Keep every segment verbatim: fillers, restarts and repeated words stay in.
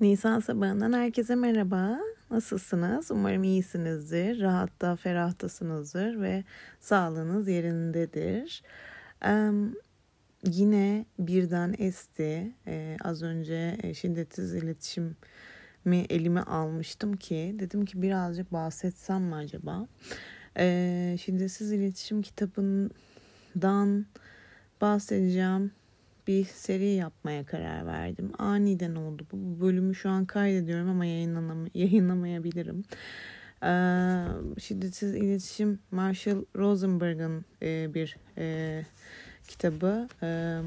Nisan sabahından herkese merhaba. Nasılsınız? Umarım iyisinizdir, rahatta, ferahtasınızdır ve sağlığınız yerindedir. Ee, yine birden esti. Ee, az önce e, şiddetsiz iletişimi elime almıştım ki dedim ki birazcık bahsetsem mi acaba? Ee, şiddetsiz iletişim kitabından bahsedeceğim. Bir seri yapmaya karar verdim. Aniden oldu. Bu bölümü şu an kaydediyorum ama yayınlanam- yayınlamayabilirim. Ee, Şiddetsiz İletişim Marshall Rosenberg'ın e, bir e, kitabı. Ee,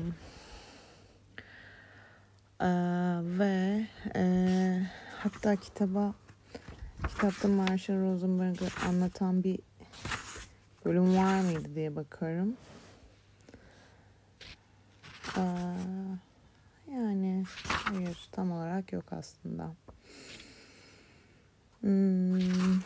e, ve e, hatta kitaba kitapta Marshall Rosenberg'ı anlatan bir bölüm var mıydı diye bakıyorum. Ee, Yani hayır, tam olarak yok aslında. Hmm.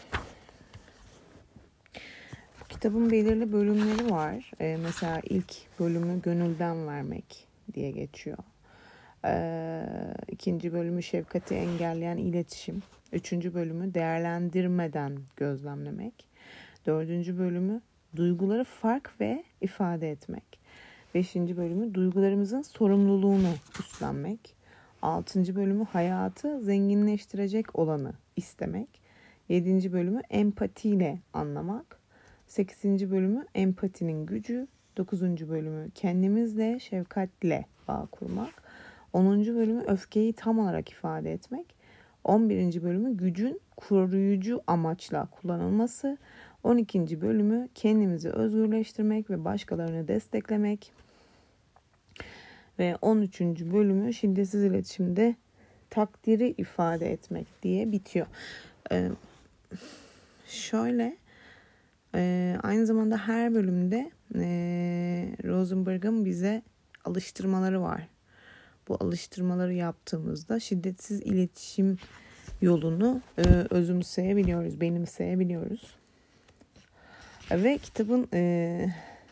Kitabın belirli bölümleri var. Ee, mesela ilk bölümü gönülden vermek diye geçiyor. Ee, ikinci bölümü şefkati engelleyen iletişim. Üçüncü bölümü değerlendirmeden gözlemlemek. Dördüncü bölümü duyguları fark ve ifade etmek. Beşinci bölümü duygularımızın sorumluluğunu üstlenmek. Altıncı bölümü hayatı zenginleştirecek olanı istemek. Yedinci bölümü empatiyle anlamak. Sekizinci bölümü empatinin gücü. Dokuzuncu bölümü kendimizle şefkatle bağ kurmak. Onuncu bölümü öfkeyi tam olarak ifade etmek. On birinci bölümü gücün koruyucu amaçla kullanılması. On ikinci bölümü kendimizi özgürleştirmek ve başkalarını desteklemek. Ve on üçüncü bölümü şiddetsiz iletişimde takdiri ifade etmek diye bitiyor. Ee, şöyle e, aynı zamanda her bölümde e, Rosenberg'ın bize alıştırmaları var. Bu alıştırmaları yaptığımızda şiddetsiz iletişim yolunu e, özümseyebiliyoruz, benimseyebiliyoruz. Ve kitabın e,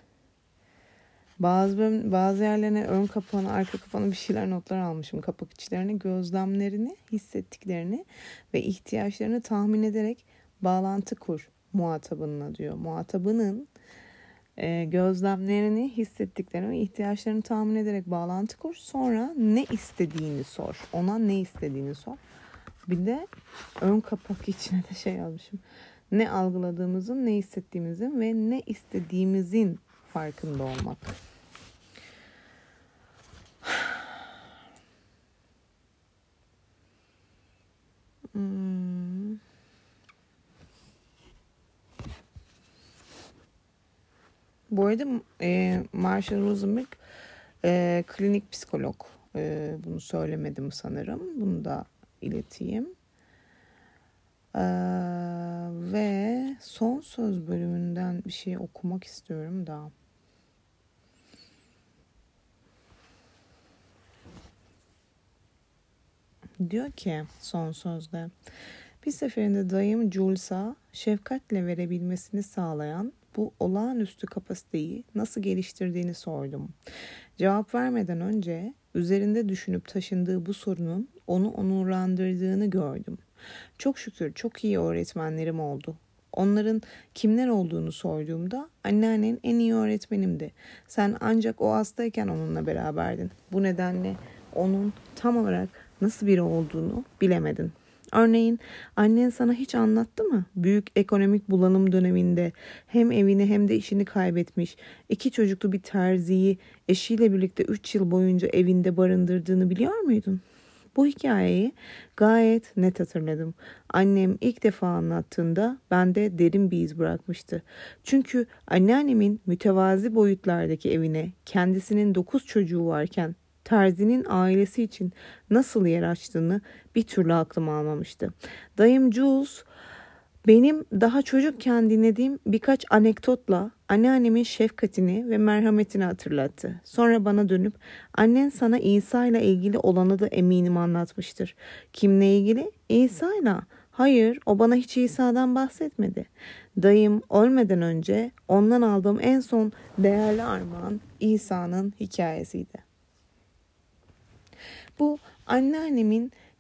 bazı bölüm, bazı yerlerine ön kapağına, arka kapağına bir şeyler, notlar almışım. Kapak içlerine gözlemlerini, hissettiklerini ve ihtiyaçlarını tahmin ederek bağlantı kur muhatabınla diyor. Muhatabının e, gözlemlerini, hissettiklerini ve ihtiyaçlarını tahmin ederek bağlantı kur. Sonra ne istediğini sor. Ona ne istediğini sor. Bir de ön kapak içine de şey yazmışım. Ne algıladığımızın, ne hissettiğimizin ve ne istediğimizin farkında olmak. Hmm. Bu arada e, Marshall Rosenberg e, klinik psikolog. E, bunu söylemedim sanırım. Bunu da ileteyim. E, ve son söz bölümünden bir şey okumak istiyorum da. Diyor ki son sözde, bir seferinde dayım Jules'a şefkatle verebilmesini sağlayan bu olağanüstü kapasiteyi nasıl geliştirdiğini sordum. Cevap vermeden önce üzerinde düşünüp taşındığı bu sorunun onu onurlandırdığını gördüm. Çok şükür çok iyi öğretmenlerim oldu. Onların kimler olduğunu sorduğumda anneannen en iyi öğretmenimdi. Sen ancak o hastayken onunla beraberdin. Bu nedenle onun tam olarak nasıl biri olduğunu bilemedin. Örneğin annen sana hiç anlattı mı? Büyük ekonomik bulanım döneminde hem evini hem de işini kaybetmiş, iki çocuklu bir terziyi eşiyle birlikte üç yıl boyunca evinde barındırdığını biliyor muydun? Bu hikayeyi gayet net hatırladım. Annem ilk defa anlattığında bende derin bir iz bırakmıştı. Çünkü anneannemin mütevazi boyutlardaki evine kendisinin dokuz çocuğu varken terzinin ailesi için nasıl yer açtığını bir türlü aklıma almamıştı. Dayım Jules benim daha çocukken dinlediğim birkaç anekdotla anneannemin şefkatini ve merhametini hatırlattı. Sonra bana dönüp annen sana İsa ile ilgili olanı da eminim anlatmıştır. Kimle ilgili? İsa ile. Hayır, o bana hiç İsa'dan bahsetmedi. Dayım ölmeden önce ondan aldığım en son değerli armağan İsa'nın hikayesiydi. Bu anneannemin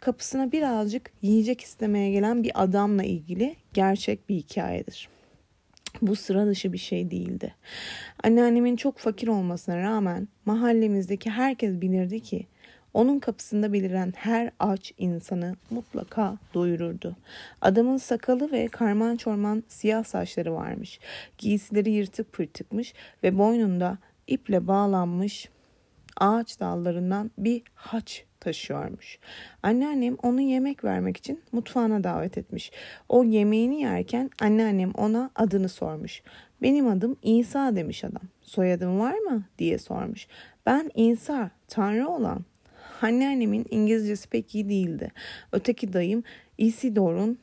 kapısına birazcık yiyecek istemeye gelen bir adamla ilgili gerçek bir hikayedir. Bu sıra dışı bir şey değildi. Anneannemin çok fakir olmasına rağmen mahallemizdeki herkes bilirdi ki onun kapısında beliren her aç insanı mutlaka doyururdu. Adamın sakalı ve karman çorman siyah saçları varmış. Giysileri yırtık pırtıkmış ve boynunda iple bağlanmış ağaç dallarından bir haç taşıyormuş. Anneannem onu yemek vermek için mutfağına davet etmiş. O yemeğini yerken anneannem ona adını sormuş. Benim adım İsa demiş adam. Soyadın var mı diye sormuş. Ben İsa, Tanrı olan. Anneannemin İngilizcesi pek iyi değildi. Öteki dayım Isidore'un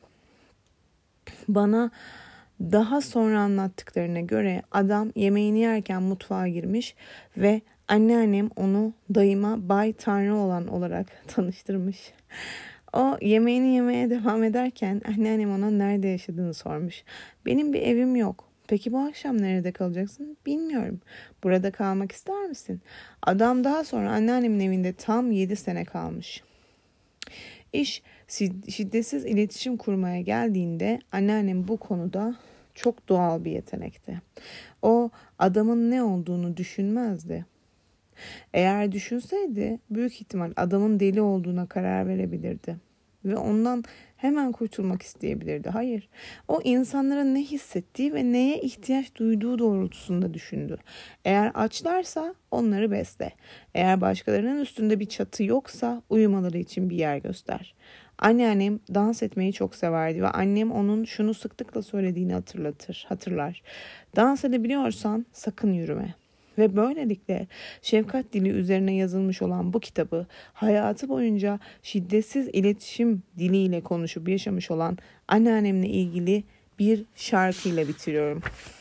bana daha sonra anlattıklarına göre adam yemeğini yerken mutfağa girmiş ve anneannem onu dayıma Bay Tanrı olan olarak tanıştırmış. O yemeğini yemeye devam ederken anneannem ona nerede yaşadığını sormuş. Benim bir evim yok. Peki bu akşam nerede kalacaksın? Bilmiyorum. Burada kalmak ister misin? Adam daha sonra anneannemin evinde tam yedi sene kalmış. İş şiddetsiz iletişim kurmaya geldiğinde anneannem bu konuda çok doğal bir yetenekti. O adamın ne olduğunu düşünmezdi. Eğer düşünseydi büyük ihtimal adamın deli olduğuna karar verebilirdi. Ve ondan hemen kurtulmak isteyebilirdi. Hayır, o insanların ne hissettiği ve neye ihtiyaç duyduğu doğrultusunda düşündü. Eğer açlarsa onları besle. Eğer başkalarının üstünde bir çatı yoksa uyumaları için bir yer göster. Anneannem dans etmeyi çok severdi ve annem onun şunu sıklıkla söylediğini hatırlatır, hatırlar. Dans edebiliyorsan sakın yürüme. Ve böylelikle şefkat dili üzerine yazılmış olan bu kitabı hayatı boyunca şiddetsiz iletişim diliyle konuşup yaşamış olan anneannemle ilgili bir şarkıyla bitiriyorum.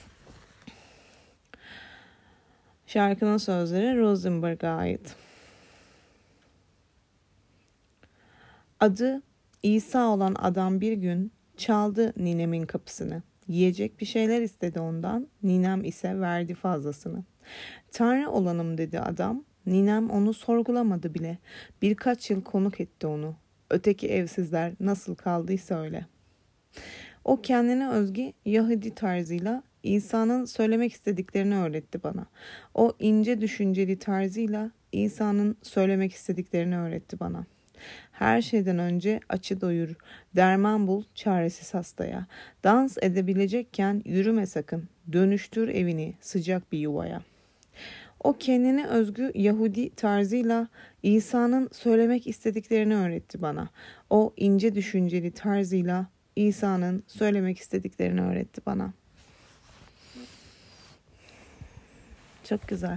Şarkının sözleri Rosenberg'a ait. Adı İsa olan adam bir gün çaldı ninemin kapısını. Yiyecek bir şeyler istedi ondan, ninem ise verdi fazlasını. Tanrı olanım dedi adam, ninem onu sorgulamadı bile. Birkaç yıl konuk etti onu. Öteki evsizler nasıl kaldıysa öyle. O kendine özgü Yahudi tarzıyla İsa'nın söylemek istediklerini öğretti bana. O ince düşünceli tarzıyla İsa'nın söylemek istediklerini öğretti bana. Her şeyden önce açı doyur, derman bul çaresiz hastaya. Dans edebilecekken yürüme sakın, dönüştür evini sıcak bir yuvaya. O kendine özgü Yahudi tarzıyla İsa'nın söylemek istediklerini öğretti bana. O ince düşünceli tarzıyla İsa'nın söylemek istediklerini öğretti bana. Çok güzel.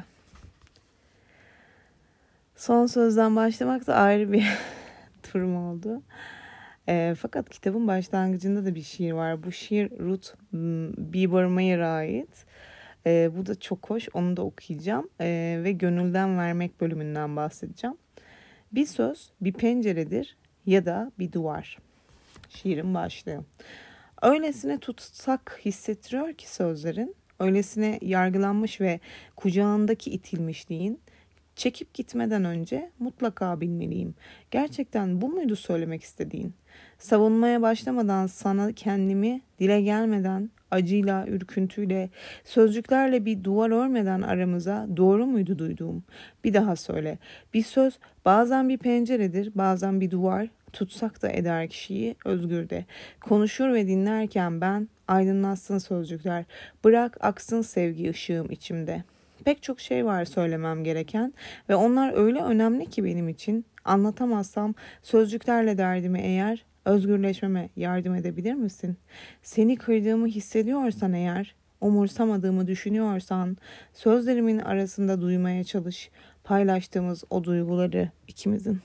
Son sözden başlamak da ayrı bir durum oldu. E, fakat kitabın başlangıcında da bir şiir var. Bu şiir Ruth Bibermayer'a ait. E, bu da çok hoş. Onu da okuyacağım. E, ve gönülden vermek bölümünden bahsedeceğim. Bir söz bir penceredir ya da bir duvar. Şiirin başlığı. Öylesine tutsak hissettiriyor ki sözlerin, öylesine yargılanmış ve kucağındaki itilmişliğin, çekip gitmeden önce mutlaka bilmeliyim. Gerçekten bu muydu söylemek istediğin? Savunmaya başlamadan sana kendimi dile gelmeden, acıyla, ürküntüyle, sözcüklerle bir duvar örmeden aramıza doğru muydu duyduğum? Bir daha söyle. Bir söz bazen bir penceredir, bazen bir duvar. Tutsak da eder kişiyi özgür de. Konuşur ve dinlerken ben aydınlatsın sözcükler. Bırak aksın sevgi ışığım içimde. Pek çok şey var söylemem gereken ve onlar öyle önemli ki benim için. Anlatamazsam sözcüklerle derdimi eğer özgürleşmeme yardım edebilir misin? Seni kırdığımı hissediyorsan eğer, umursamadığımı düşünüyorsan sözlerimin arasında duymaya çalış. Paylaştığımız o duyguları ikimizin.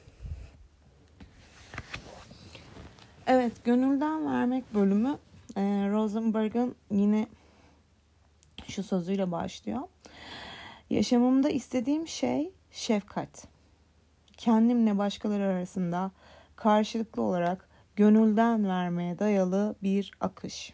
Evet, gönülden vermek bölümü e, Rosenberg'ın yine şu sözüyle başlıyor. Yaşamımda istediğim şey şefkat. Kendimle başkaları arasında karşılıklı olarak gönülden vermeye dayalı bir akış.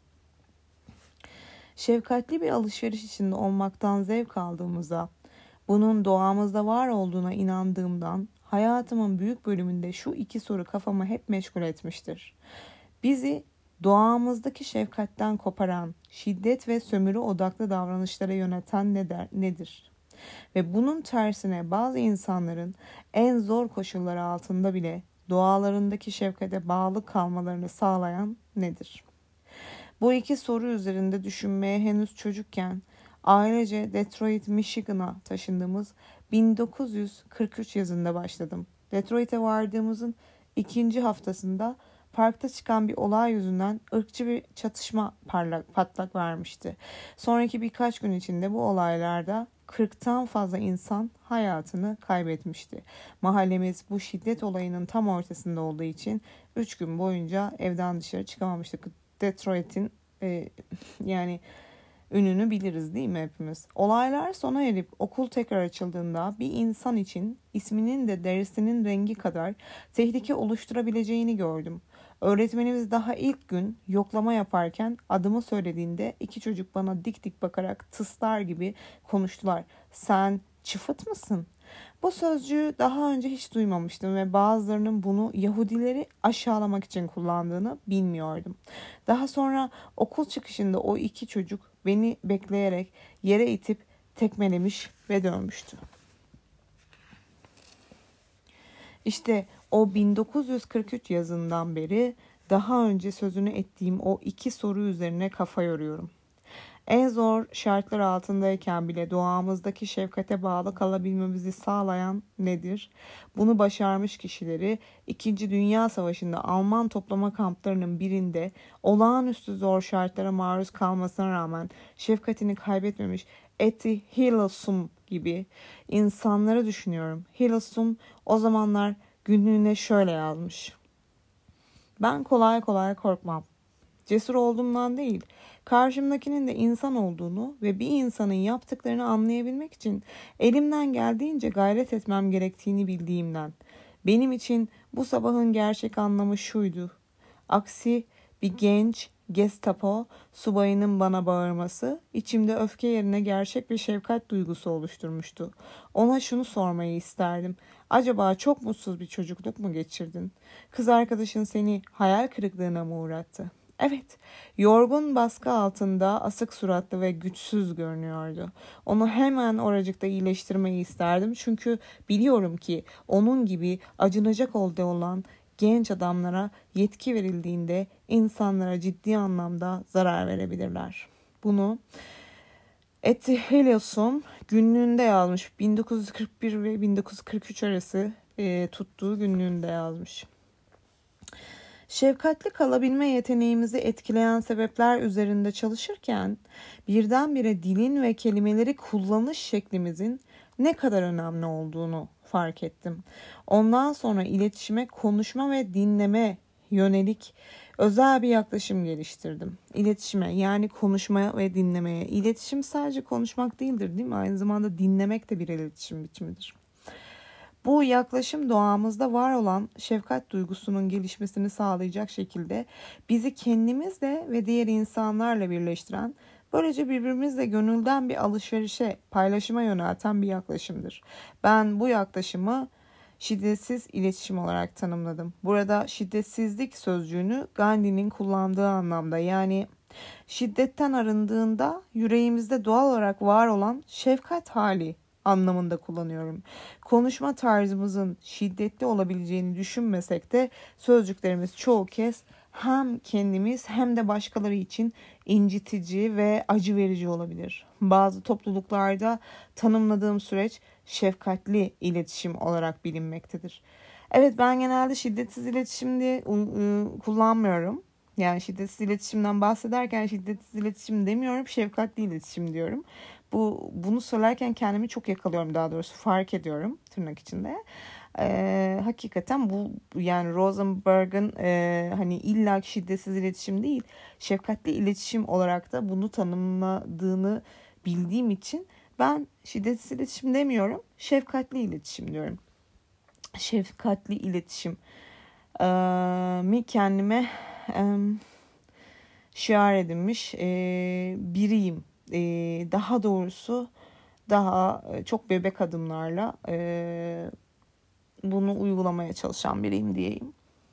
Şefkatli bir alışveriş içinde olmaktan zevk aldığımızda, bunun doğamızda var olduğuna inandığımdan, hayatımın büyük bölümünde şu iki soru kafamı hep meşgul etmiştir. Bizi doğamızdaki şefkatten koparan, şiddet ve sömürü odaklı davranışlara yöneten nedir? Ve bunun tersine bazı insanların en zor koşullar altında bile doğalarındaki şefkate bağlı kalmalarını sağlayan nedir? Bu iki soru üzerinde düşünmeye henüz çocukken ailece Detroit, Michigan'a taşındığımız bin dokuz yüz kırk üç yazında başladım. Detroit'e vardığımızın ikinci haftasında parkta çıkan bir olay yüzünden ırkçı bir çatışma parlak, patlak vermişti. Sonraki birkaç gün içinde bu olaylarda kırktan fazla insan hayatını kaybetmişti. Mahallemiz bu şiddet olayının tam ortasında olduğu için üç gün boyunca evden dışarı çıkamamıştık. Detroit'in e, yani ününü biliriz değil mi hepimiz? Olaylar sona erip okul tekrar açıldığında bir insan için isminin de derisinin rengi kadar tehlike oluşturabileceğini gördüm. Öğretmenimiz daha ilk gün yoklama yaparken adımı söylediğinde iki çocuk bana dik dik bakarak tıslar gibi konuştular. Sen çıfıt mısın? Bu sözcüğü daha önce hiç duymamıştım ve bazılarının bunu Yahudileri aşağılamak için kullandığını bilmiyordum. Daha sonra okul çıkışında o iki çocuk beni bekleyerek yere itip tekmelemiş ve dövmüştü. İşte o bin dokuz yüz kırk üç yazından beri daha önce sözünü ettiğim o iki soru üzerine kafa yoruyorum. En zor şartlar altındayken bile doğamızdaki şefkate bağlı kalabilmemizi sağlayan nedir? Bunu başarmış kişileri İkinci Dünya Savaşı'nda Alman toplama kamplarının birinde olağanüstü zor şartlara maruz kalmasına rağmen şefkatini kaybetmemiş Etty Hillesum gibi insanları düşünüyorum. Hillesum o zamanlar günlüğüne şöyle yazmış. Ben kolay kolay korkmam. Cesur olduğumdan değil, karşımdakinin de insan olduğunu ve bir insanın yaptıklarını anlayabilmek için elimden geldiğince gayret etmem gerektiğini bildiğimden. Benim için bu sabahın gerçek anlamı şuydu. Aksi bir genç Gestapo subayının bana bağırması içimde öfke yerine gerçek bir şefkat duygusu oluşturmuştu. Ona şunu sormayı isterdim. Acaba çok mutsuz bir çocukluk mu geçirdin? Kız arkadaşın seni hayal kırıklığına mı uğrattı? Evet, yorgun baskı altında asık suratlı ve güçsüz görünüyordu. Onu hemen oracıkta iyileştirmeyi isterdim. Çünkü biliyorum ki onun gibi acınacak oldu olan genç adamlara yetki verildiğinde insanlara ciddi anlamda zarar verebilirler. Bunu Etty Hillesum günlüğünde yazmış. bin dokuz yüz kırk bir ve bin dokuz yüz kırk üç arası e, tuttuğu günlüğünde yazmış. Şefkatli kalabilme yeteneğimizi etkileyen sebepler üzerinde çalışırken birdenbire dilin ve kelimeleri kullanış şeklimizin ne kadar önemli olduğunu fark ettim. Ondan sonra iletişime, konuşma ve dinleme yönelik özel bir yaklaşım geliştirdim. İletişime yani konuşmaya ve dinlemeye. İletişim sadece konuşmak değildir değil mi? Aynı zamanda dinlemek de bir iletişim biçimidir. Bu yaklaşım doğamızda var olan şefkat duygusunun gelişmesini sağlayacak şekilde bizi kendimizle ve diğer insanlarla birleştiren, böylece birbirimizle gönülden bir alışverişe, paylaşıma yönelten bir yaklaşımdır. Ben bu yaklaşımı şiddetsiz iletişim olarak tanımladım. Burada şiddetsizlik sözcüğünü Gandhi'nin kullandığı anlamda, yani şiddetten arındığında yüreğimizde doğal olarak var olan şefkat hali anlamında kullanıyorum. Konuşma tarzımızın şiddetli olabileceğini düşünmesek de sözcüklerimiz çoğu kez hem kendimiz hem de başkaları için incitici ve acı verici olabilir. Bazı topluluklarda tanımladığım süreç şefkatli iletişim olarak bilinmektedir. Evet, ben genelde şiddetsiz iletişim diye kullanmıyorum. Yani şiddetsiz iletişimden bahsederken şiddetsiz iletişim demiyorum, şefkatli iletişim diyorum. Bu bunu söylerken kendimi çok yakalıyorum, daha doğrusu fark ediyorum tırnak içinde. Ee, hakikaten bu yani Rosenberg'in e, hani illa şiddetsiz iletişim değil, şefkatli iletişim olarak da bunu tanımladığını bildiğim için ben şiddetsiz iletişim demiyorum, şefkatli iletişim diyorum. Şefkatli iletişim ee, mi kendime e, şiar edinmiş e, biriyim. E, daha doğrusu daha çok bebek adımlarla e, bunu uygulamaya çalışan biriyim diyeyim.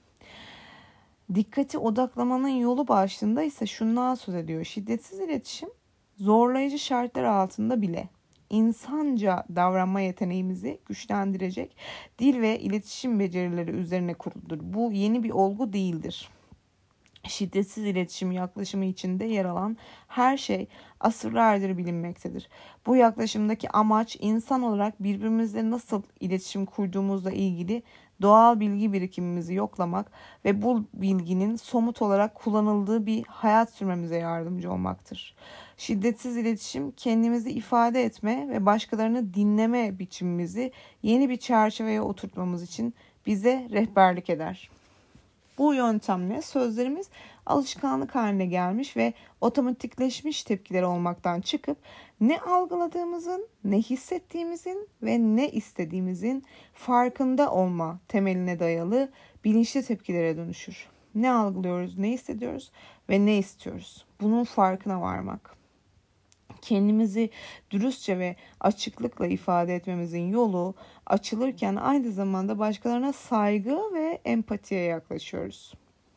Dikkati odaklamanın yolu başlığında ise şundan söz ediyor. Şiddetsiz iletişim zorlayıcı şartlar altında bile insanca davranma yeteneğimizi güçlendirecek dil ve iletişim becerileri üzerine kuruludur. Bu yeni bir olgu değildir. Şiddetsiz iletişim yaklaşımı içinde yer alan her şey asırlardır bilinmektedir. Bu yaklaşımdaki amaç insan olarak birbirimizle nasıl iletişim kurduğumuzla ilgili doğal bilgi birikimimizi yoklamak ve bu bilginin somut olarak kullanıldığı bir hayat sürmemize yardımcı olmaktır. Şiddetsiz iletişim kendimizi ifade etme ve başkalarını dinleme biçimimizi yeni bir çerçeveye oturtmamız için bize rehberlik eder. Bu yöntemle sözlerimiz alışkanlık haline gelmiş ve otomatikleşmiş tepkiler olmaktan çıkıp ne algıladığımızın, ne hissettiğimizin ve ne istediğimizin farkında olma temeline dayalı bilinçli tepkilere dönüşür. Ne algılıyoruz, ne hissediyoruz ve ne istiyoruz? Bunun farkına varmak. Kendimizi dürüstçe ve açıklıkla ifade etmemizin yolu açılırken aynı zamanda başkalarına saygı ve empatiye yaklaşıyoruz.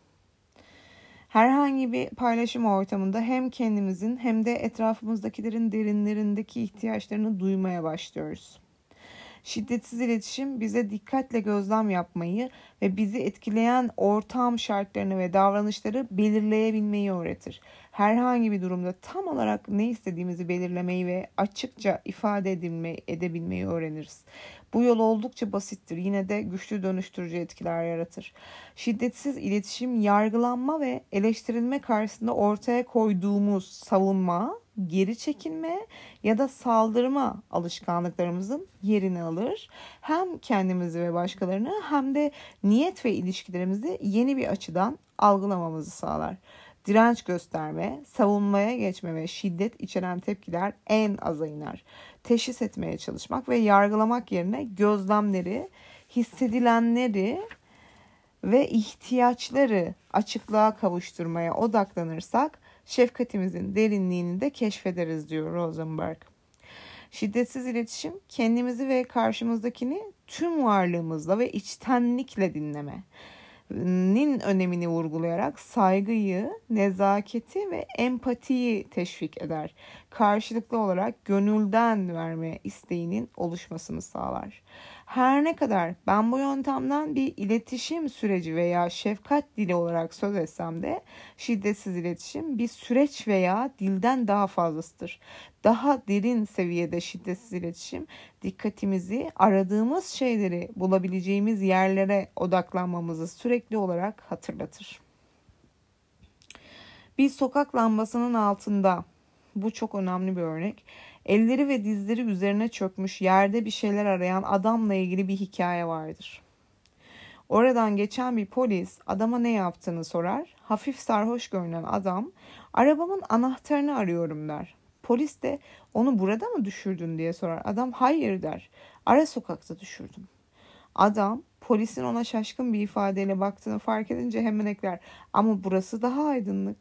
Herhangi bir paylaşım ortamında hem kendimizin hem de etrafımızdakilerin derinlerindeki ihtiyaçlarını duymaya başlıyoruz. Şiddetsiz iletişim bize dikkatle gözlem yapmayı ve bizi etkileyen ortam şartlarını ve davranışları belirleyebilmeyi öğretir. Herhangi bir durumda tam olarak ne istediğimizi belirlemeyi ve açıkça ifade edilmeyi, edebilmeyi öğreniriz. Bu yol oldukça basittir. Yine de güçlü dönüştürücü etkiler yaratır. Şiddetsiz iletişim yargılanma ve eleştirilme karşısında ortaya koyduğumuz savunma, geri çekilme ya da saldırma alışkanlıklarımızın yerini alır. Hem kendimizi ve başkalarını hem de niyet ve ilişkilerimizi yeni bir açıdan algılamamızı sağlar. Direnç gösterme, savunmaya geçme ve şiddet içeren tepkiler en aza iner. Teşhis etmeye çalışmak ve yargılamak yerine gözlemleri, hissedilenleri ve ihtiyaçları açıklığa kavuşturmaya odaklanırsak şefkatimizin derinliğini de keşfederiz diyor Rosenberg. Şiddetsiz iletişim kendimizi ve karşımızdakini tüm varlığımızla ve içtenlikle dinleme nin önemini vurgulayarak saygıyı, nezaketi ve empatiyi teşvik eder. Karşılıklı olarak gönülden verme isteğinin oluşmasını sağlar. Her ne kadar ben bu yöntemden bir iletişim süreci veya şefkat dili olarak söz etsem de şiddetsiz iletişim bir süreç veya dilden daha fazlasıdır. Daha derin seviyede şiddetsiz iletişim dikkatimizi aradığımız şeyleri bulabileceğimiz yerlere odaklanmamızı sürekli olarak hatırlatır. Bir sokak lambasının altında, bu çok önemli bir örnek, elleri ve dizleri üzerine çökmüş yerde bir şeyler arayan adamla ilgili bir hikaye vardır. Oradan geçen bir polis adama ne yaptığını sorar. Hafif sarhoş görünen adam arabamın anahtarını arıyorum der. Polis de onu burada mı düşürdün diye sorar. Adam hayır der. Ara sokakta düşürdüm. Adam polisin ona şaşkın bir ifadeyle baktığını fark edince hemen ekler. Ama burası daha aydınlık.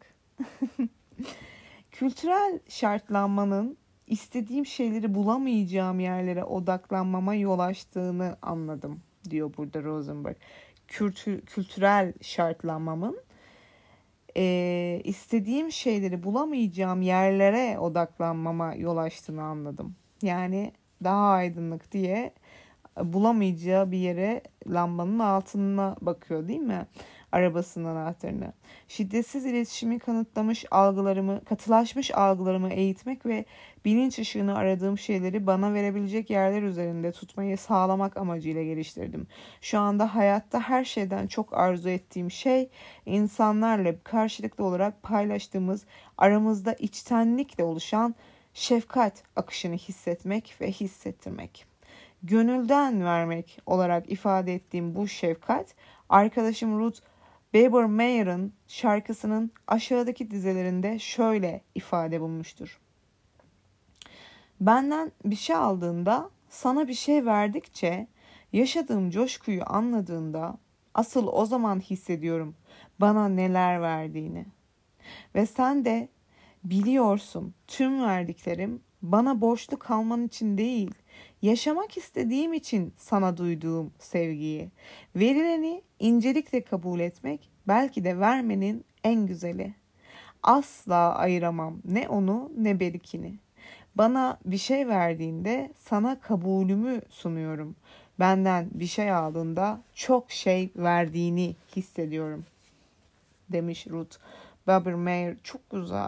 Kültürel şartlanmanın istediğim şeyleri bulamayacağım yerlere odaklanmama yol açtığını anladım diyor burada Rosenberg. Kültür, kültürel şartlanmamın e, istediğim şeyleri bulamayacağım yerlere odaklanmama yol açtığını anladım. Yani daha aydınlık diye bulamayacağı bir yere lambanın altına bakıyor değil mi? Arabasının anahtarını. Şiddetsiz iletişimi kanıtlamış algılarımı, katılaşmış algılarımı eğitmek ve bilinç ışığını aradığım şeyleri bana verebilecek yerler üzerinde tutmayı sağlamak amacıyla geliştirdim. Şu anda hayatta her şeyden çok arzu ettiğim şey insanlarla karşılıklı olarak paylaştığımız aramızda içtenlikle oluşan şefkat akışını hissetmek ve hissettirmek. Gönülden vermek olarak ifade ettiğim bu şefkat, arkadaşım Ruth Baber-Mayer'ın şarkısının aşağıdaki dizelerinde şöyle ifade bulmuştur. Benden bir şey aldığında, sana bir şey verdikçe, yaşadığım coşkuyu anladığında, asıl o zaman hissediyorum bana neler verdiğini. Ve sen de biliyorsun tüm verdiklerim bana borçlu kalman için değil, Yaşamak istediğim için sana duyduğum sevgiyi. Verileni incelikle kabul etmek belki de vermenin en güzeli. Asla ayıramam ne onu ne berikini. Bana bir şey verdiğinde sana kabulümü sunuyorum. Benden bir şey aldığında çok şey verdiğini hissediyorum, demiş Ruth Baber-Mayer. Çok güzel.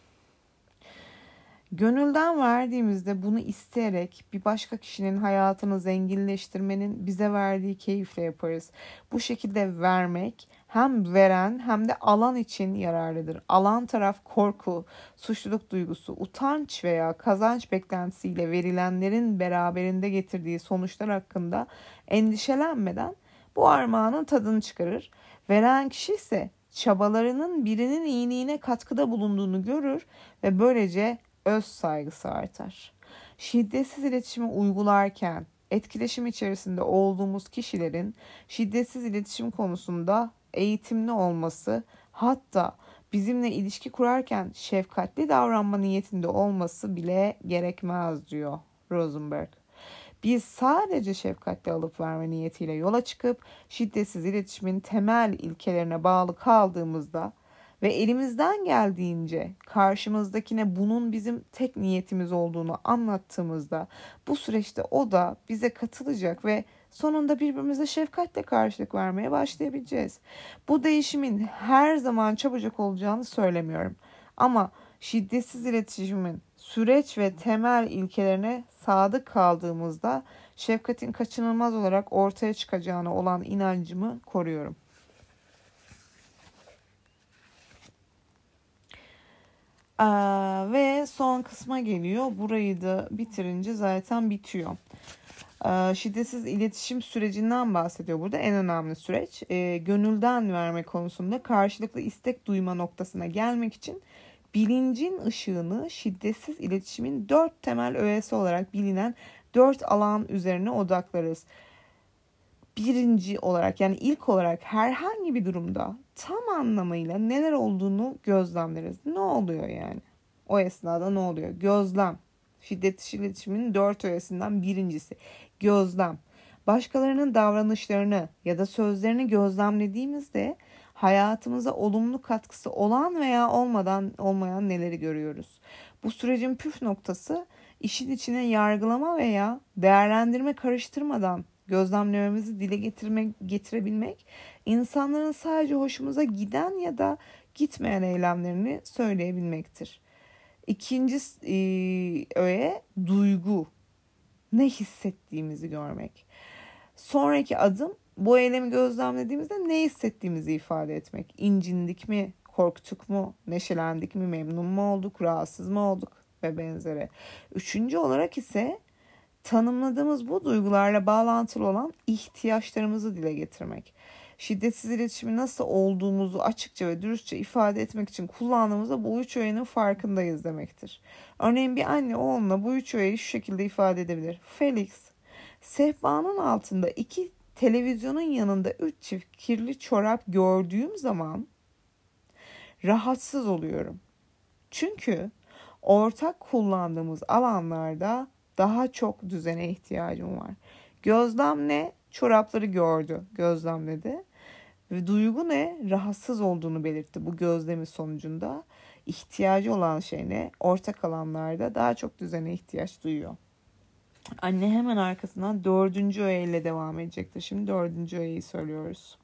Gönülden verdiğimizde bunu isteyerek bir başka kişinin hayatını zenginleştirmenin bize verdiği keyifle yaparız. Bu şekilde vermek hem veren hem de alan için yararlıdır. Alan taraf korku, suçluluk duygusu, utanç veya kazanç beklentisiyle verilenlerin beraberinde getirdiği sonuçlar hakkında endişelenmeden bu armağanın tadını çıkarır. Veren kişi ise çabalarının birinin iyiliğine katkıda bulunduğunu görür ve böylece öz saygısı artar. Şiddetsiz iletişimi uygularken etkileşim içerisinde olduğumuz kişilerin şiddetsiz iletişim konusunda eğitimli olması, hatta bizimle ilişki kurarken şefkatli davranma niyetinde olması bile gerekmez, diyor Rosenberg. Biz sadece şefkatli alıp verme niyetiyle yola çıkıp şiddetsiz iletişimin temel ilkelerine bağlı kaldığımızda ve elimizden geldiğince karşımızdakine bunun bizim tek niyetimiz olduğunu anlattığımızda bu süreçte o da bize katılacak ve sonunda birbirimize şefkatle karşılık vermeye başlayabileceğiz. Bu değişimin her zaman çabucak olacağını söylemiyorum. Ama şiddetsiz iletişimin süreç ve temel ilkelerine sadık kaldığımızda şefkatin kaçınılmaz olarak ortaya çıkacağına olan inancımı koruyorum. Ee, ve son kısma geliyor. Burayı da bitirince zaten bitiyor. Ee, şiddetsiz iletişim sürecinden bahsediyor burada. En önemli süreç. Ee, gönülden verme konusunda karşılıklı istek duyma noktasına gelmek için bilincin ışığını şiddetsiz iletişimin dört temel öğesi olarak bilinen dört alan üzerine odaklarız. Birinci olarak, yani ilk olarak herhangi bir durumda tam anlamıyla neler olduğunu gözlemleriz. Ne oluyor yani? O esnada ne oluyor? Gözlem. Şiddetsiz iletişimin dört öğesinden birincisi. Gözlem. Başkalarının davranışlarını ya da sözlerini gözlemlediğimizde hayatımıza olumlu katkısı olan veya olmadan olmayan neleri görüyoruz? Bu sürecin püf noktası işin içine yargılama veya değerlendirme karıştırmadan gözlemlememizi dile getirmek, getirebilmek, insanların sadece hoşumuza giden ya da gitmeyen eylemlerini söyleyebilmektir. İkinci e, öğe duygu. Ne hissettiğimizi görmek. Sonraki adım bu eylemi gözlemlediğimizde ne hissettiğimizi ifade etmek. İncindik mi, korktuk mu, neşelendik mi, memnun mu olduk, rahatsız mı olduk ve benzeri. Üçüncü olarak ise tanımladığımız bu duygularla bağlantılı olan ihtiyaçlarımızı dile getirmek. Şiddetsiz iletişimi nasıl olduğumuzu açıkça ve dürüstçe ifade etmek için kullandığımızda bu üç öğenin farkındayız demektir. Örneğin bir anne oğluna bu üç öğeyi şu şekilde ifade edebilir. Felix, sehpanın altında iki televizyonun yanında üç çift kirli çorap gördüğüm zaman rahatsız oluyorum. Çünkü ortak kullandığımız alanlarda daha çok düzene ihtiyacım var. Gözlem ne? Çorapları gördü, gözlemledi. Ve duygu ne? Rahatsız olduğunu belirtti bu gözlemi sonucunda. İhtiyacı olan şey ne? Ortak alanlarda daha çok düzene ihtiyaç duyuyor. Anne hemen arkasından dördüncü öğeyle devam edecektir. Şimdi dördüncü öğeyi söylüyoruz.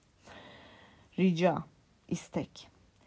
Rica, istek.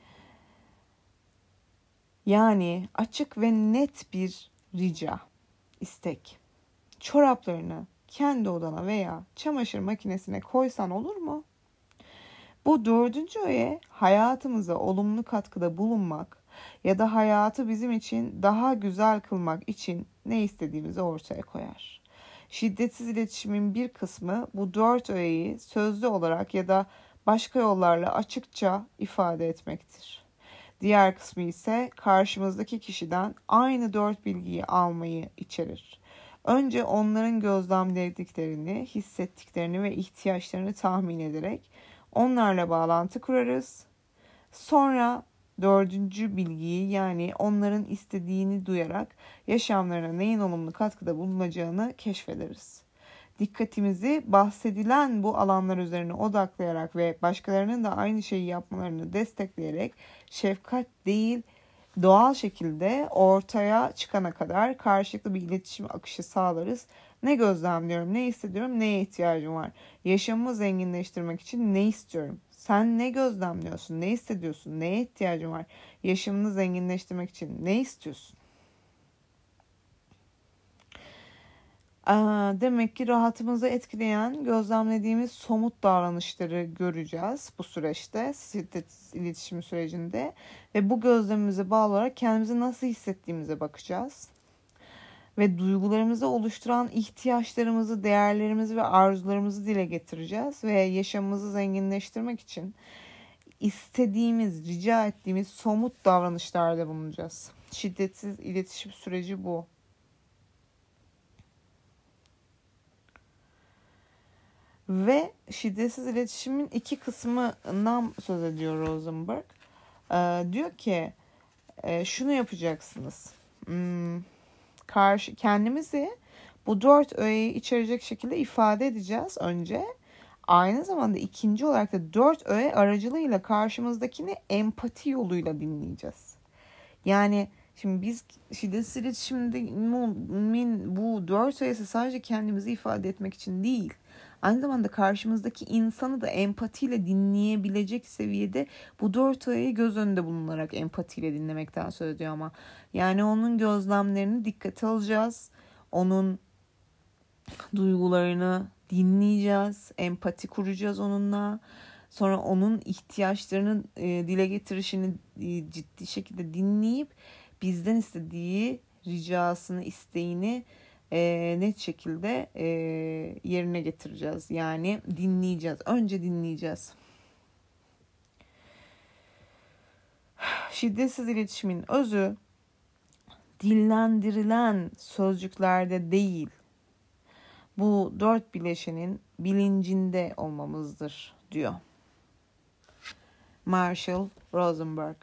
Yani açık ve net bir rica, istek. Çoraplarını kendi odana veya çamaşır makinesine koysan olur mu? Bu dördüncü öğe hayatımıza olumlu katkıda bulunmak ya da hayatı bizim için daha güzel kılmak için ne istediğimizi ortaya koyar. Şiddetsiz iletişimin bir kısmı bu dört öğeyi sözlü olarak ya da başka yollarla açıkça ifade etmektir. Diğer kısmı ise karşımızdaki kişiden aynı dört bilgiyi almayı içerir. Önce onların gözlemlediklerini, hissettiklerini ve ihtiyaçlarını tahmin ederek onlarla bağlantı kurarız. Sonra dördüncü bilgiyi, yani onların istediğini duyarak yaşamlarına neyin olumlu katkıda bulunacağını keşfederiz. Dikkatimizi bahsedilen bu alanlar üzerine odaklayarak ve başkalarının da aynı şeyi yapmalarını destekleyerek şefkat değil, doğal şekilde ortaya çıkana kadar karşılıklı bir iletişim akışı sağlarız. Ne gözlemliyorum, ne hissediyorum, neye ihtiyacım var? Yaşamımı zenginleştirmek için ne istiyorum? Sen ne gözlemliyorsun, ne hissediyorsun, neye ihtiyacın var? Yaşamını zenginleştirmek için ne istiyorsun? Demek ki rahatımızı etkileyen, gözlemlediğimiz somut davranışları göreceğiz bu süreçte, şiddetsiz iletişim sürecinde. Ve bu gözlemimize bağlı olarak kendimizi nasıl hissettiğimize bakacağız. Ve duygularımızı oluşturan ihtiyaçlarımızı, değerlerimizi ve arzularımızı dile getireceğiz. Ve yaşamımızı zenginleştirmek için istediğimiz, rica ettiğimiz somut davranışlarda bulunacağız. Şiddetsiz iletişim süreci bu. Ve şiddetsiz iletişimin iki kısmından söz ediyor Rosenberg. Ee, diyor ki e, şunu yapacaksınız. Hmm, karşı kendimizi bu dört öğeyi içerecek şekilde ifade edeceğiz önce. Aynı zamanda ikinci olarak da dört öğe aracılığıyla karşımızdakini empati yoluyla dinleyeceğiz. Yani şimdi biz şiddetsiz iletişimde bu dört öğesi sadece kendimizi ifade etmek için değil, aynı zamanda karşımızdaki insanı da empatiyle dinleyebilecek seviyede bu dört öğeyi göz önünde bulunarak empatiyle dinlemekten söz ediyor ama. Yani onun gözlemlerini dikkate alacağız. Onun duygularını dinleyeceğiz. Empati kuracağız onunla. Sonra onun ihtiyaçlarını e, dile getirişini e, ciddi şekilde dinleyip bizden istediği ricasını, isteğini e, net şekilde e, yerine getireceğiz. Yani dinleyeceğiz. Önce dinleyeceğiz. Şiddetsiz iletişimin özü dillendirilen sözcüklerde değil, bu dört bileşenin bilincinde olmamızdır diyor Marshall Rosenberg.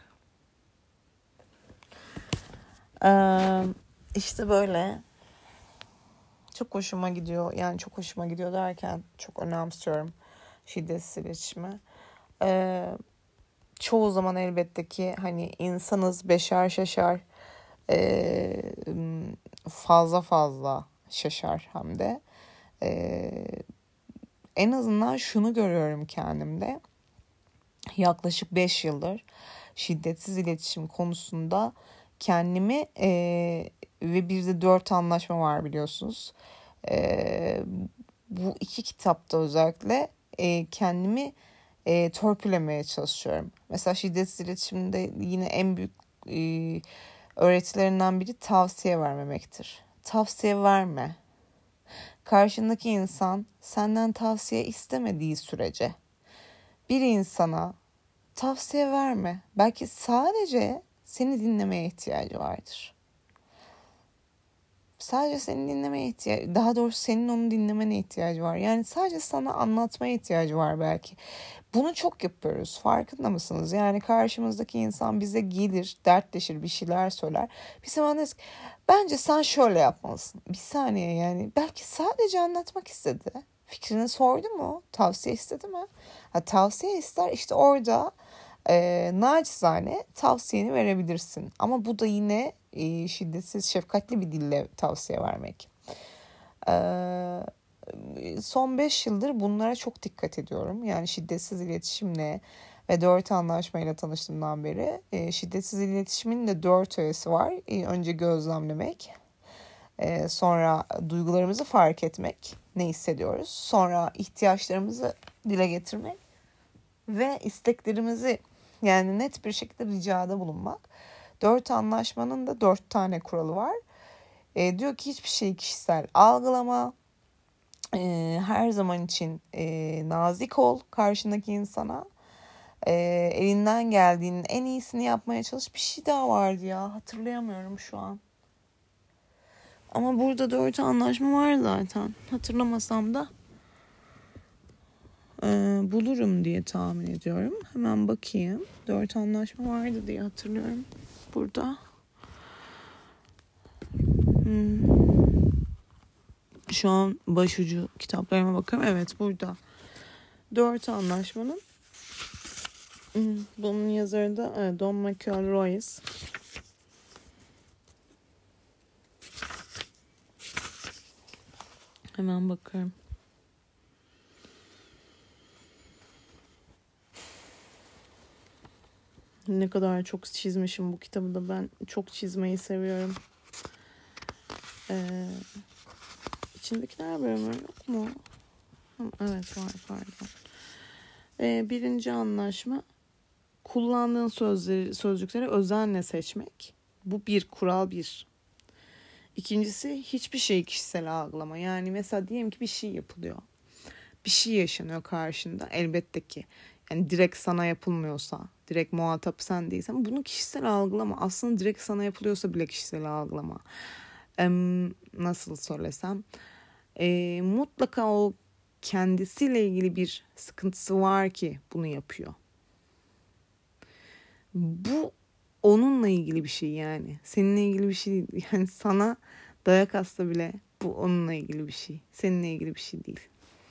Ee, işte böyle çok hoşuma gidiyor. Yani çok hoşuma gidiyor derken çok önemsiyorum şiddetsiz iletişimi. Ee, çoğu zaman elbette ki hani insanız, beşer şaşar, ee, fazla fazla şaşar hem de. Ee, en azından şunu görüyorum kendimde. Yaklaşık beş yıldır şiddetsiz iletişim konusunda kendimi e, ve bir de dört anlaşma var biliyorsunuz. E, bu iki kitapta özellikle e, kendimi e, törpülemeye çalışıyorum. Mesela şiddetsiz iletişimde yine en büyük e, öğretilerinden biri tavsiye vermemektir. Tavsiye verme. Karşındaki insan senden tavsiye istemediği sürece bir insana tavsiye verme. Belki sadece seni dinlemeye ihtiyacı vardır. Sadece seni dinlemeye ihtiyacı, daha doğrusu senin onu dinlemene ihtiyacı var. Yani sadece sana anlatmaya ihtiyacı var belki. Bunu çok yapıyoruz. Farkında mısınız? Yani karşımızdaki insan bize gelir, dertleşir, bir şeyler söyler. Biz hemen deriz ki, bence sen şöyle yapmalısın. Bir saniye yani. Belki sadece anlatmak istedi. Fikrini sordu mu? Tavsiye istedi mi? Ha, tavsiye ister. İşte orada e, nacizane tavsiyeni verebilirsin. Ama bu da yine e, şiddetsiz, şefkatli bir dille tavsiye vermek. Eee Son beş yıldır bunlara çok dikkat ediyorum. Yani şiddetsiz iletişimle ve dört anlaşmayla tanıştığımdan beri e, şiddetsiz iletişimin de dört öğesi var. E, önce gözlemlemek, e, sonra duygularımızı fark etmek, ne hissediyoruz. Sonra ihtiyaçlarımızı dile getirmek ve isteklerimizi yani net bir şekilde ricada bulunmak. Dört anlaşmanın da dört tane kuralı var. E, diyor ki hiçbir şeyi kişisel algılama. Ee, her zaman için e, nazik ol karşındaki insana. E, elinden geldiğinin en iyisini yapmaya çalış. Bir şey daha vardı ya, hatırlayamıyorum şu an. Ama burada dört anlaşma var zaten. Hatırlamasam da e, bulurum diye tahmin ediyorum. Hemen bakayım. Dört anlaşma vardı diye hatırlıyorum. Burada. Hmm. Şu an başucu kitaplarıma bakıyorum. Evet, burada. Dört anlaşmanın hmm, bunun yazarı da e, Don Miguel Ruiz. Hemen bakıyorum. Ne kadar çok çizmişim bu kitabı da. Ben çok çizmeyi seviyorum. Ee, içindekiler bölümü yok mu? Evet, var, pardon. Ee, birinci anlaşma. Kullandığın sözleri, sözcükleri özenle seçmek. Bu bir kural bir. İkincisi, hiçbir şeyi kişisel algılama. Yani mesela diyelim ki bir şey yapılıyor. Bir şey yaşanıyor karşında. Elbette ki. Yani direkt sana yapılmıyorsa, direkt muhatap sen değilsen bunu kişisel algılama. Aslında direkt sana yapılıyorsa bile kişisel algılama. Ee, nasıl söylesem. Ee, mutlaka o kendisiyle ilgili bir sıkıntısı var ki bunu yapıyor. Bu onunla ilgili bir şey yani. Seninle ilgili bir şey değil. Yani sana dayak atsa bile bu onunla ilgili bir şey. Seninle ilgili bir şey değil.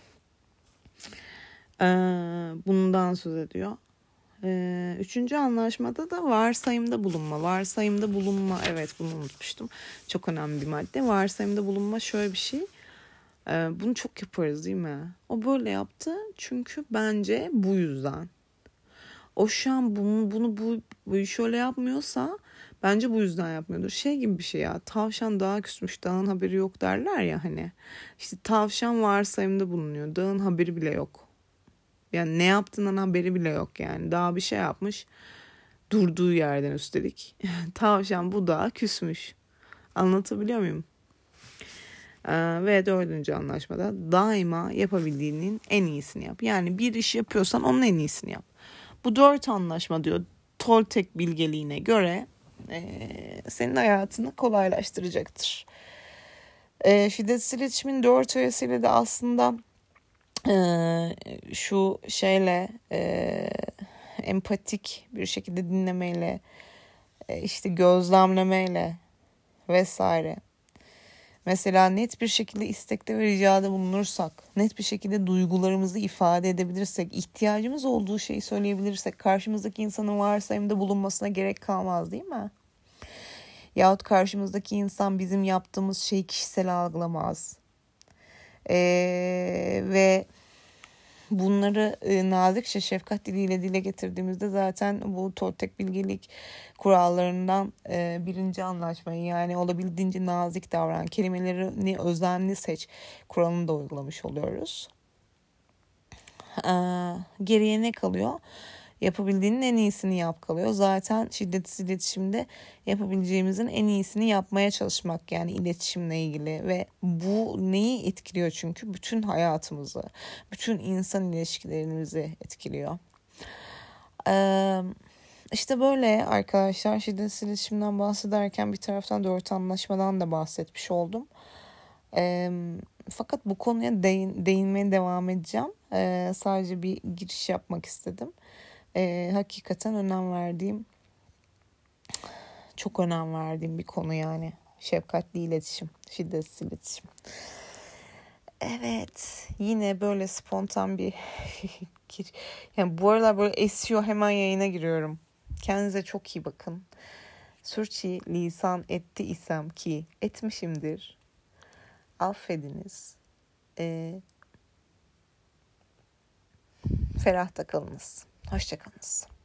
Ee, bundan söz ediyor. Ee, üçüncü anlaşmada da varsayımda bulunma. Varsayımda bulunma. Evet, bunu unutmuştum. Çok önemli bir madde. Varsayımda bulunma şöyle bir şey. Ee, bunu çok yaparız değil mi? O böyle yaptı. Çünkü bence bu yüzden. O şu an bunu, bunu bu, bu şöyle yapmıyorsa bence bu yüzden yapmıyordur. Şey gibi bir şey ya. Tavşan dağa küsmüş, dağın haberi yok derler ya hani. İşte tavşan varsayımda bulunuyor. Dağın haberi bile yok. Yani ne yaptığından haberi bile yok yani. Dağ bir şey yapmış. Durduğu yerden üstelik. Tavşan bu dağa küsmüş. Anlatabiliyor muyum? Ee, ve dördüncü anlaşmada daima yapabildiğinin en iyisini yap. Yani bir iş yapıyorsan onun en iyisini yap. Bu dört anlaşma diyor Toltek bilgeliğine göre e, senin hayatını kolaylaştıracaktır. E, şiddetsiz iletişimin dört öğesiyle de aslında e, şu şeyle e, empatik bir şekilde dinlemeyle, e, işte gözlemlemeyle vesaire. Mesela net bir şekilde istekte ve ricada bulunursak, net bir şekilde duygularımızı ifade edebilirsek, ihtiyacımız olduğu şeyi söyleyebilirsek, karşımızdaki insanın varsayımda bulunmasına gerek kalmaz değil mi? Yahut karşımızdaki insan bizim yaptığımız şeyi kişisel algılamaz. Ee, ve bunları e, nazikçe şefkat diliyle dile getirdiğimizde zaten bu Toltek bilgelik kurallarından e, birinci anlaşmayı, yani olabildiğince nazik davran, kelimelerini özenli seç kuralını da uygulamış oluyoruz. Ee, geriye ne kalıyor? Yapabildiğinin en iyisini yap kalıyor. Zaten şiddetsiz iletişimde yapabileceğimizin en iyisini yapmaya çalışmak, yani iletişimle ilgili, ve bu neyi etkiliyor çünkü? Bütün hayatımızı, bütün insan ilişkilerimizi etkiliyor. Ee, işte böyle arkadaşlar, şiddetsiz iletişimden bahsederken bir taraftan dört anlaşmadan da bahsetmiş oldum. Ee, fakat bu konuya değin, değinmeye devam edeceğim. Ee, sadece bir giriş yapmak istedim. Ee, hakikaten önem verdiğim, çok önem verdiğim bir konu yani. Şefkatli iletişim, şiddetsiz iletişim. Evet, yine böyle spontan bir gir. Yani bu aralar böyle esiyor, hemen yayına giriyorum. Kendinize çok iyi bakın. Sürçü lisan etti isem ki etmişimdir. Affediniz. Ee, ferahta kalınız. Hoşça kalınız.